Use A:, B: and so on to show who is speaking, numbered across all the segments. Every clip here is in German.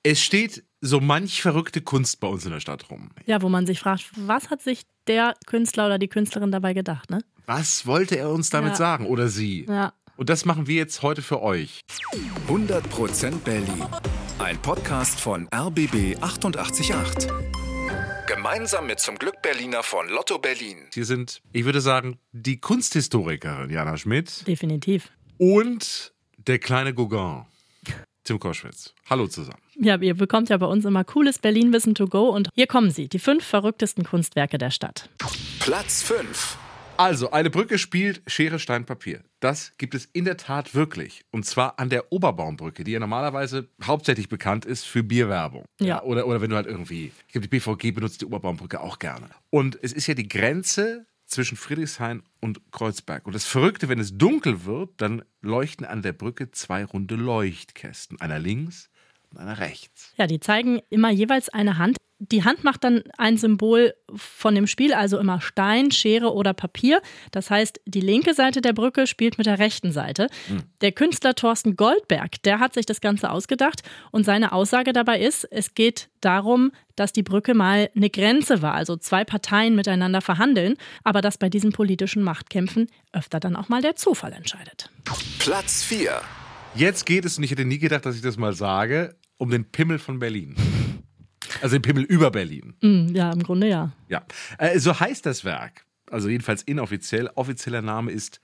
A: Es steht so manch verrückte Kunst bei uns in der Stadt rum.
B: Ja, wo man sich fragt, was hat sich der Künstler oder die Künstlerin dabei gedacht, ne?
A: Was wollte er uns damit sagen oder sie?
B: Ja.
A: Und das machen wir jetzt heute für euch.
C: 100% Berlin. Ein Podcast von RBB 888. Gemeinsam mit zum Glück Berliner von Lotto Berlin.
A: Hier sind, ich würde sagen, die Kunsthistorikerin Jana Schmidt.
B: Definitiv.
A: Und der kleine Gauguin, Tim Koschwitz. Hallo zusammen.
B: Ja, ihr bekommt ja bei uns immer cooles Berlin-Wissen to go. Und hier kommen sie, die 5 verrücktesten Kunstwerke der Stadt.
C: Platz 5.
A: Also, eine Brücke spielt Schere, Stein, Papier. Das gibt es in der Tat wirklich. Und zwar an der Oberbaumbrücke, die ja normalerweise hauptsächlich bekannt ist für Bierwerbung.
B: Ja.
A: Oder wenn du halt irgendwie, ich glaube, die BVG benutzt die Oberbaumbrücke auch gerne. Und es ist ja die Grenze zwischen Friedrichshain und Kreuzberg. Und das Verrückte, wenn es dunkel wird, dann leuchten an der Brücke 2 runde Leuchtkästen. Einer links und einer rechts.
B: Ja, die zeigen immer jeweils eine Hand. Die Hand macht dann ein Symbol von dem Spiel, also immer Stein, Schere oder Papier. Das heißt, die linke Seite der Brücke spielt mit der rechten Seite. Der Künstler Thorsten Goldberg, der hat sich das Ganze ausgedacht und seine Aussage dabei ist, es geht darum, dass die Brücke mal eine Grenze war, also 2 Parteien miteinander verhandeln, aber dass bei diesen politischen Machtkämpfen öfter dann auch mal der Zufall entscheidet.
C: Platz 4.
A: Jetzt geht es, und ich hätte nie gedacht, dass ich das mal sage, um den Pimmel von Berlin. Also den Pimmel über Berlin.
B: Ja, im Grunde ja.
A: Ja, so heißt das Werk. Also jedenfalls inoffiziell. Offizieller Name ist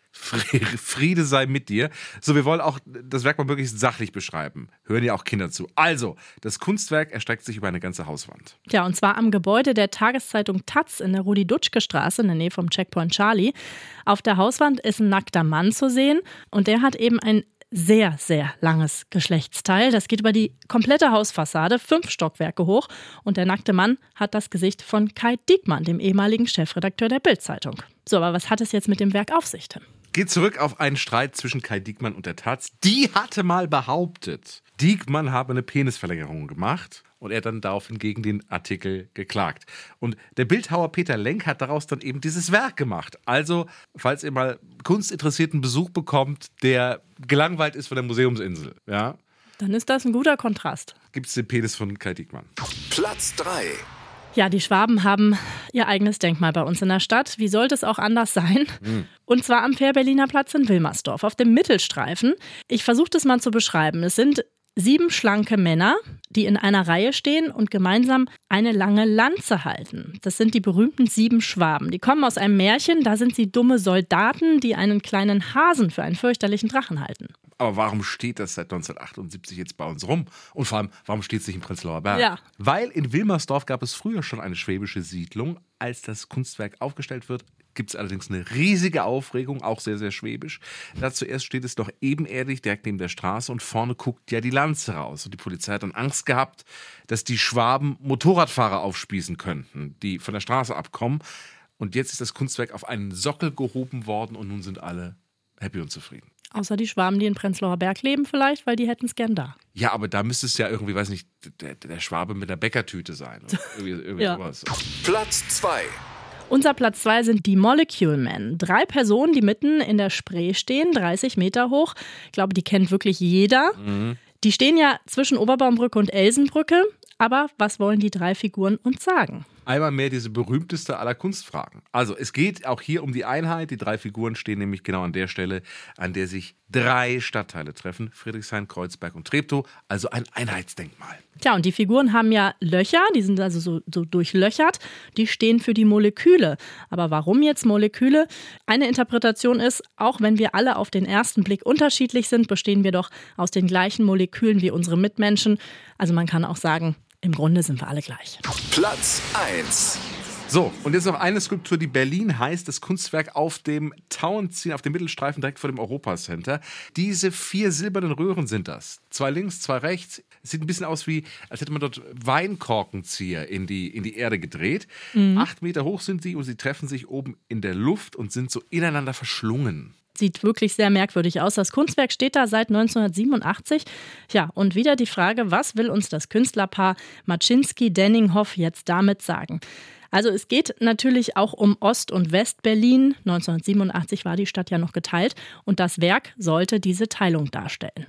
A: Friede sei mit dir. So, wir wollen auch das Werk mal möglichst sachlich beschreiben. Hören ja auch Kinder zu. Also, das Kunstwerk erstreckt sich über eine ganze Hauswand.
B: Ja, und zwar am Gebäude der Tageszeitung taz in der Rudi-Dutschke-Straße in der Nähe vom Checkpoint Charlie. Auf der Hauswand ist ein nackter Mann zu sehen und der hat eben ein sehr, sehr langes Geschlechtsteil. Das geht über die komplette Hausfassade, 5 Stockwerke hoch. Und der nackte Mann hat das Gesicht von Kai Diekmann, dem ehemaligen Chefredakteur der Bild-Zeitung. So, aber was hat es jetzt mit dem Werk auf sich, Tim?
A: Geht zurück auf einen Streit zwischen Kai Diekmann und der taz. Die hatte mal behauptet, Diekmann habe eine Penisverlängerung gemacht. Und er hat dann daraufhin gegen den Artikel geklagt. Und der Bildhauer Peter Lenk hat daraus dann eben dieses Werk gemacht. Also, falls ihr mal kunstinteressierten Besuch bekommt, der gelangweilt ist von der Museumsinsel, ja,
B: dann ist das ein guter Kontrast.
A: gibt es den Penis von Kai Diekmann.
C: Platz 3.
B: Ja, die Schwaben haben ihr eigenes Denkmal bei uns in der Stadt. Wie sollte es auch anders sein? Und zwar am Fährberliner Platz in Wilmersdorf, auf dem Mittelstreifen. Ich versuche das mal zu beschreiben. Es sind 7 schlanke Männer, die in einer Reihe stehen und gemeinsam eine lange Lanze halten. Das sind die berühmten 7 Schwaben. Die kommen aus einem Märchen, da sind sie dumme Soldaten, die einen kleinen Hasen für einen fürchterlichen Drachen halten.
A: Aber warum steht das seit 1978 jetzt bei uns rum? Und vor allem, warum steht es nicht im Prenzlauer Berg?
B: Ja.
A: Weil in Wilmersdorf gab es früher schon eine schwäbische Siedlung. Als das Kunstwerk aufgestellt wird, gibt es allerdings eine riesige Aufregung, auch sehr, sehr schwäbisch. Da zuerst steht es noch ebenerdig, direkt neben der Straße und vorne guckt ja die Lanze raus. Und die Polizei hat dann Angst gehabt, dass die Schwaben Motorradfahrer aufspießen könnten, die von der Straße abkommen. Und jetzt ist das Kunstwerk auf einen Sockel gehoben worden und nun sind alle happy und zufrieden.
B: Außer die Schwaben, die in Prenzlauer Berg leben vielleicht, weil die hätten es gern da.
A: Ja, aber da müsste es ja irgendwie, weiß nicht, der Schwabe mit einer Bäckertüte sein. Oder irgendwie
B: Ja.
A: sowas.
C: Platz 2.
B: Unser Platz 2 sind die Molecule Men. 3 Personen, die mitten in der Spree stehen, 30 Meter hoch. Ich glaube, die kennt wirklich jeder. Die stehen ja zwischen Oberbaumbrücke und Elsenbrücke. Aber was wollen die 3 Figuren uns sagen?
A: Einmal mehr diese berühmteste aller Kunstfragen. Also es geht auch hier um die Einheit. Die 3 Figuren stehen nämlich genau an der Stelle, an der sich 3 Stadtteile treffen. Friedrichshain, Kreuzberg und Treptow. Also ein Einheitsdenkmal.
B: Tja, und die Figuren haben ja Löcher, die sind also so durchlöchert. Die stehen für die Moleküle. Aber warum jetzt Moleküle? Eine Interpretation ist, auch wenn wir alle auf den ersten Blick unterschiedlich sind, bestehen wir doch aus den gleichen Molekülen wie unsere Mitmenschen. Also man kann auch sagen, im Grunde sind wir alle gleich.
C: Platz 1.
A: So, und jetzt noch eine Skulptur, die Berlin heißt, das Kunstwerk auf dem Tauentziehen, auf dem Mittelstreifen direkt vor dem Europacenter. Diese 4 silbernen Röhren sind das. 2 links, 2 rechts. Es sieht ein bisschen aus wie, als hätte man dort Weinkorkenzieher in die Erde gedreht. 8 Meter hoch sind sie und sie treffen sich oben in der Luft und sind so ineinander verschlungen.
B: Sieht wirklich sehr merkwürdig aus. Das Kunstwerk steht da seit 1987. Ja, und wieder die Frage, was will uns das Künstlerpaar Maczynski-Denninghoff jetzt damit sagen? Also es geht natürlich auch um Ost- und West-Berlin. 1987 war die Stadt ja noch geteilt und das Werk sollte diese Teilung darstellen.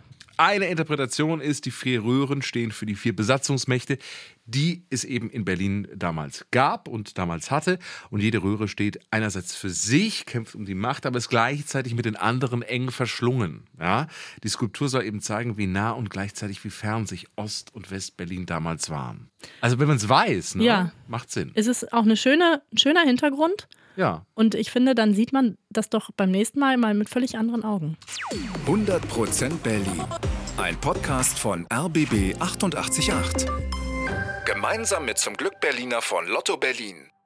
A: Eine Interpretation ist, die 4 Röhren stehen für die 4 Besatzungsmächte, die es eben in Berlin damals gab und damals hatte. Und jede Röhre steht einerseits für sich, kämpft um die Macht, aber ist gleichzeitig mit den anderen eng verschlungen. Ja? Die Skulptur soll eben zeigen, wie nah und gleichzeitig wie fern sich Ost- und West-Berlin damals waren. Also wenn man es weiß, ne,
B: ja,
A: macht Sinn.
B: Es ist auch ein schöner Hintergrund.
A: Ja.
B: Und ich finde, dann sieht man das doch beim nächsten Mal mit völlig anderen Augen.
C: 100% Berlin. Ein Podcast von RBB 888. Gemeinsam mit Zum Glück Berliner von Lotto Berlin.